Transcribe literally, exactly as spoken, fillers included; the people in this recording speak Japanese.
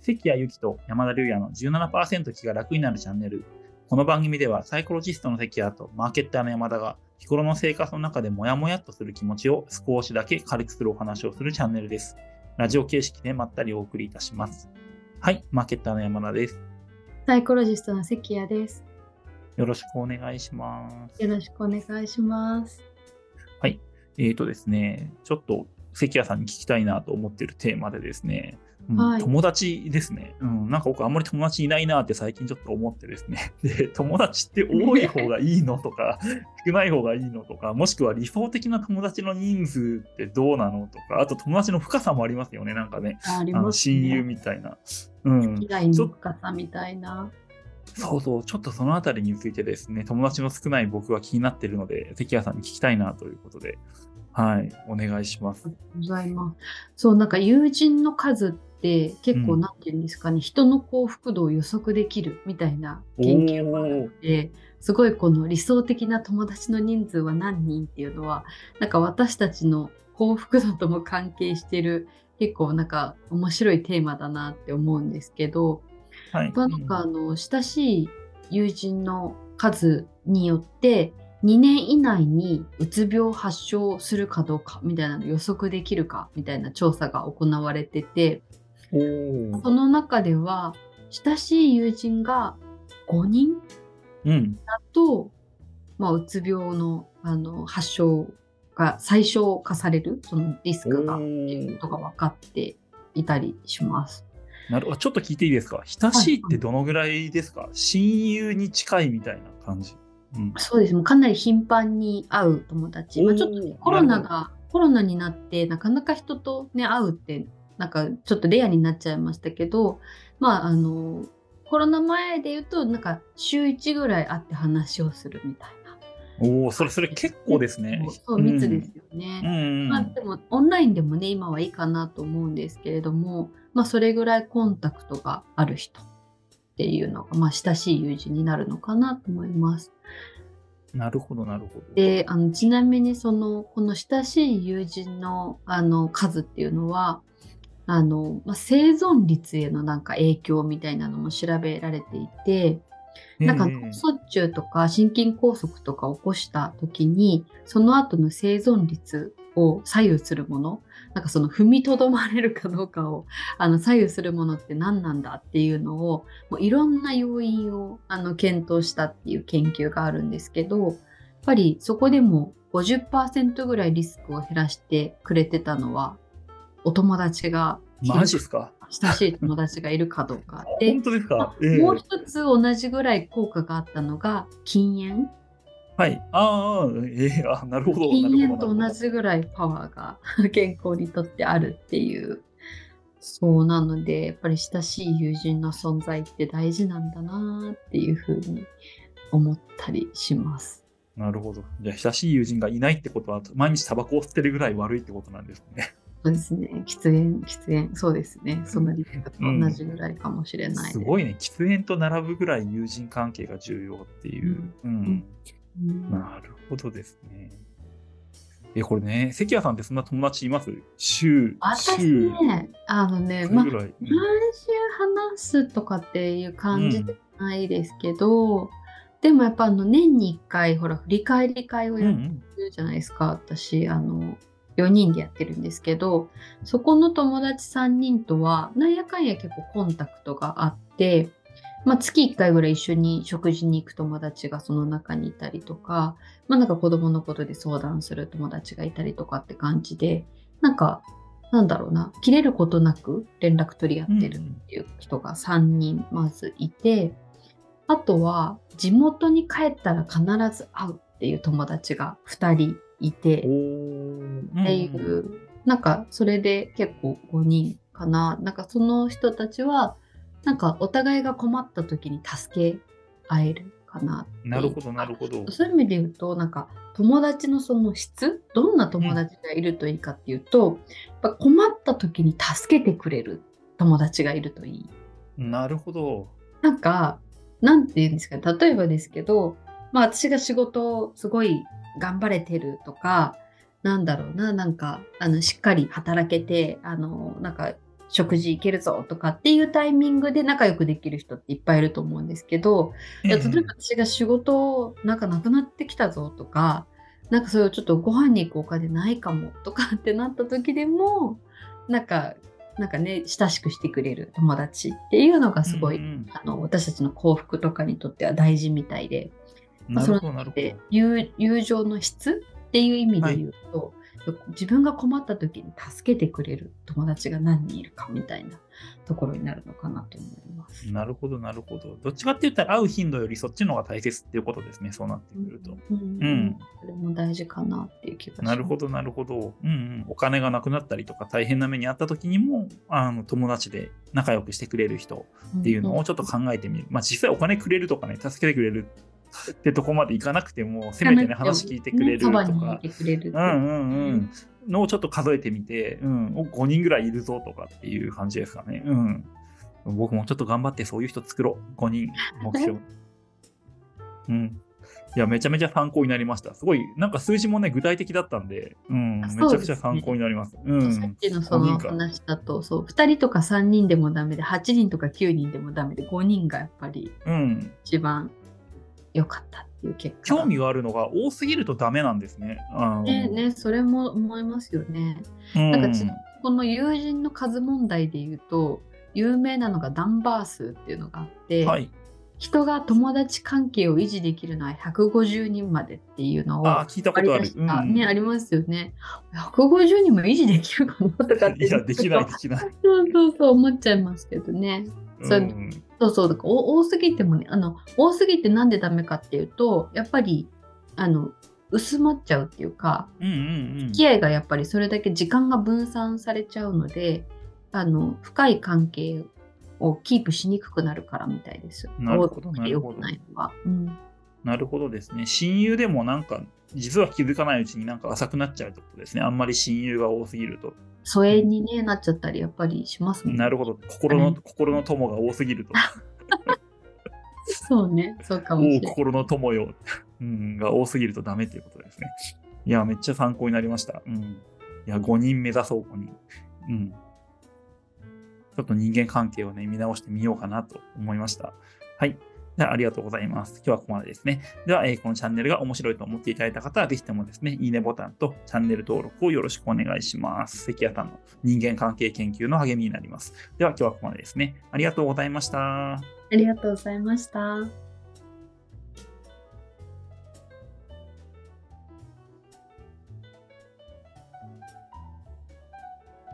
関谷由紀と山田龍也の じゅうななパーセント 気が楽になるチャンネル。この番組ではサイコロジストの関谷とマーケッターの山田が日頃の生活の中でモヤモヤっとする気持ちを少しだけ軽くするお話をするチャンネルです。ラジオ形式でまったりお送りいたします。はい、マーケッターの山田です。 サイコロジストの関谷です。 よろしくお願いします。 よろしくお願いします。 はい、えーとですね、ちょっと関谷さんに聞きたいなと思っているテーマでですね、うんはい、 友達ですね、うん。なんか僕あんまり友達いないなって最近ちょっと思ってですね。で、友達って多い方がいいのとか、少ない方がいいのとか、もしくは理想的な友達の人数ってどうなのとか、あと友達の深さもありますよね、なんかね。 ありあのますね。 親友みたいな。うん。 付き合いの深さみたいな。 そうそう、ちょっとそのあたりについてですね、友達の少ない僕は気になっているので、関谷さんに聞きたいなということで、はい、お願いします。 ありがとうございます。そう、なんか友人の数って結構、なんていうんですかね、うん、人の幸福度を予測できるみたいな研究があるので、すごいこの理想的な友達の人数は何人っていうのは、なんか私たちの幸福度とも関係してる、結構なんか面白いテーマだなって思うんですけど、 はい、 なんかあの親しい友人の数によってにねん以内にうつ病を発症するかどうかみたいなの予測できるかみたいな調査が行われてて、その中では親しい友人がごにんだと、うんまあ、うつ病 の, あの発症が最小化されるそのリスクがっていうことが分かっていたりします。 なるほど。ちょっと聞いていいですか？親しいってどのぐらいですか？はいはい、親友に近いみたいな感じ。 うん、そうです。もうかなり頻繁に会う友達。まあ、ちょっと、ね、コロナがコロナになってなかなか人と、ね、会うってなんかちょっとレアになっちゃいましたけど、まああのコロナ前で言うとなんか週いちぐらい会って話をするみたいな。 おお、それそれ結構ですね。 そう密ですよね。うんうんまあ、でもオンラインでもね今はいいかなと思うんですけれども、まあそれぐらいコンタクトがある人っていうのが、まあ、親しい友人になるのかなと思います。 なるほど、なるほど。 で、あのちなみにそのこの親しい友人のあの数っていうのは、あの、まあ、生存率へのなんか影響みたいなのも調べられていて、なんか脳卒中とか心筋梗塞とか起こした時にその後の生存率を左右するもの、なんかその踏みとどまれるかどうかをあの左右するものって何なんだっていうのをもういろんな要因をあの検討したっていう研究があるんですけど、やっぱりそこでも ごじゅっパーセント ぐらいリスクを減らしてくれてたのはお友達がマジですか？ 親しい友達がいるかどうかで本当ですか？ まあえー、もう一つ同じぐらい効果があったのが禁煙。 はい。ああ、えー、あ、なるほど。 禁煙と同じぐらいパワーが健康にとってあるっていう。そうなので、やっぱり親しい友人の存在って大事なんだなっていうふうに思ったりします。 なるほど。じゃあ、親しい友人がいないってことは、毎日タバコを吸ってるぐらい悪いってことなんですね。 そうですね。喫煙、喫煙、そうですね。そのリスクと同じぐらいかもしれないです。 うん、すごいね。喫煙と並ぶぐらい友人関係が重要っていう。うん。うんうん、なるほどですね。え、これね、関谷さんってそんな友達います？週、 私ね、あのね、まあ、毎週話すとかっていう感じではないですけど、うん、でもやっぱあの年にいっかい、ほら、振り返り会をやってるじゃないですか、うんうん、私、あの、よにんでやってるんですけど、そこの友達さんにんとは、なんやかんや結構コンタクトがあって、まあ、月いっかいぐらい一緒に食事に行く友達がその中にいたりとか、まあ、なんか子供のことで相談する友達がいたりとかって感じで、なんか、なんだろうな、切れることなく連絡取り合ってるっていう人がさんにんまずいて、あとは地元に帰ったら必ず会うっていう友達がふたりいて、っていう、なんかそれで結構ごにんかな。なんかその人たちは、なんかお互いが困った時に助け合えるかなっていう。 なるほどなるほど。 そういう意味で言うと、なんか友達のその質、どんな友達がいるといいかっていうと、うん、やっぱ困った時に助けてくれる友達がいるといい。 なるほど。 なんかなんて言うんですか、例えばですけど、まあ私が仕事すごい頑張れてるとか、なんだろうな、なんかあのしっかり働けて、あのなんか食事行けるぞとかっていうタイミングで仲良くできる人っていっぱいいると思うんですけど、いや例えば私が仕事なんかなくなってきたぞとか、なんかそういうちょっとご飯に行くお金ないかもとかってなった時でも、なんか、なんかね、親しくしてくれる友達っていうのがすごい、 うんうん、 あの私たちの幸福とかにとっては大事みたいで、まあ、その友友情の質っていう意味で言うと、はい、自分が困った時に助けてくれる友達が何人いるかみたいなところになるのかなと思います。 なるほどなるほど。どっちかって言ったら会う頻度よりそっちの方が大切っていうことですね。そうなってくると。 うん。うんうん、それも大事かなっていう気がします。 なるほどなるほど。うんうん。お金がなくなったりとか大変な目にあった時にもあの友達で仲良くしてくれる人っていうのをちょっと考えてみる。うんうん、まあ実際お金くれるとかね、助けてくれるってとこまでいかなくても、せめてね話聞いてくれるとか、うんうんうん、のをちょっと数えてみて、うん、ごにんぐらいいるぞとかっていう感じですかね。うん。僕もちょっと頑張ってそういう人作ろう。ごにん目標。うん。いや、めちゃめちゃ参考になりました。すごい、なんか数字もね、具体的だったんで、うん、めちゃくちゃ参考になります。うん。 さっきのその話だと、そう、ふたりとかさんにんでもダメで、はちにんとかきゅうにんでもダメで、ごにんがやっぱり一番良かったっていう結果。 興味があるのが多すぎるとダメなんですね。 あねね、それも思いますよね。うん、なんかこの友人の数問題で言うと、有名なのがダンバー数っていうのがあって、はい、人が友達関係を維持できるのはひゃくごじゅうにんまでっていうのをあ聞いたことある、 うんね、ありますよね。ひゃくごじゅうにんも維持できるかなとかっていやできないできないそうそうそう思っちゃいますけどね。それ、うん、そうそうだから多すぎてもねあの多すぎてなんでダメかっていうとやっぱりあの薄まっちゃうっていうか、 うんうんうん、 付き合いがやっぱりそれだけ時間が分散されちゃうのであの深い関係をキープしにくくなるからみたいです。 なるほどなるほど、うん、なるほどですね。親友でもなんか実は気づかないうちになんか浅くなっちゃうってことですね。あんまり親友が多すぎると疎遠に、ね、なっちゃったりやっぱりしますもんね。 なるほど。心の、心の友が多すぎるとそうね、そうかもしれない。 お心の友よ、うん、が多すぎるとダメっていうことですね。いやめっちゃ参考になりました。うん、いやごにん目指そうごにん。うん。ちょっと人間関係をね、見直してみようかなと思いました。はい。じゃあ、ありがとうございます。今日はここまでですね。では、えー、このチャンネルが面白いと思っていただいた方は、ぜひともですね、いいねボタンとチャンネル登録をよろしくお願いします。関谷さんの人間関係研究の励みになります。では、今日はここまでですね。ありがとうございました。 ありがとうございました。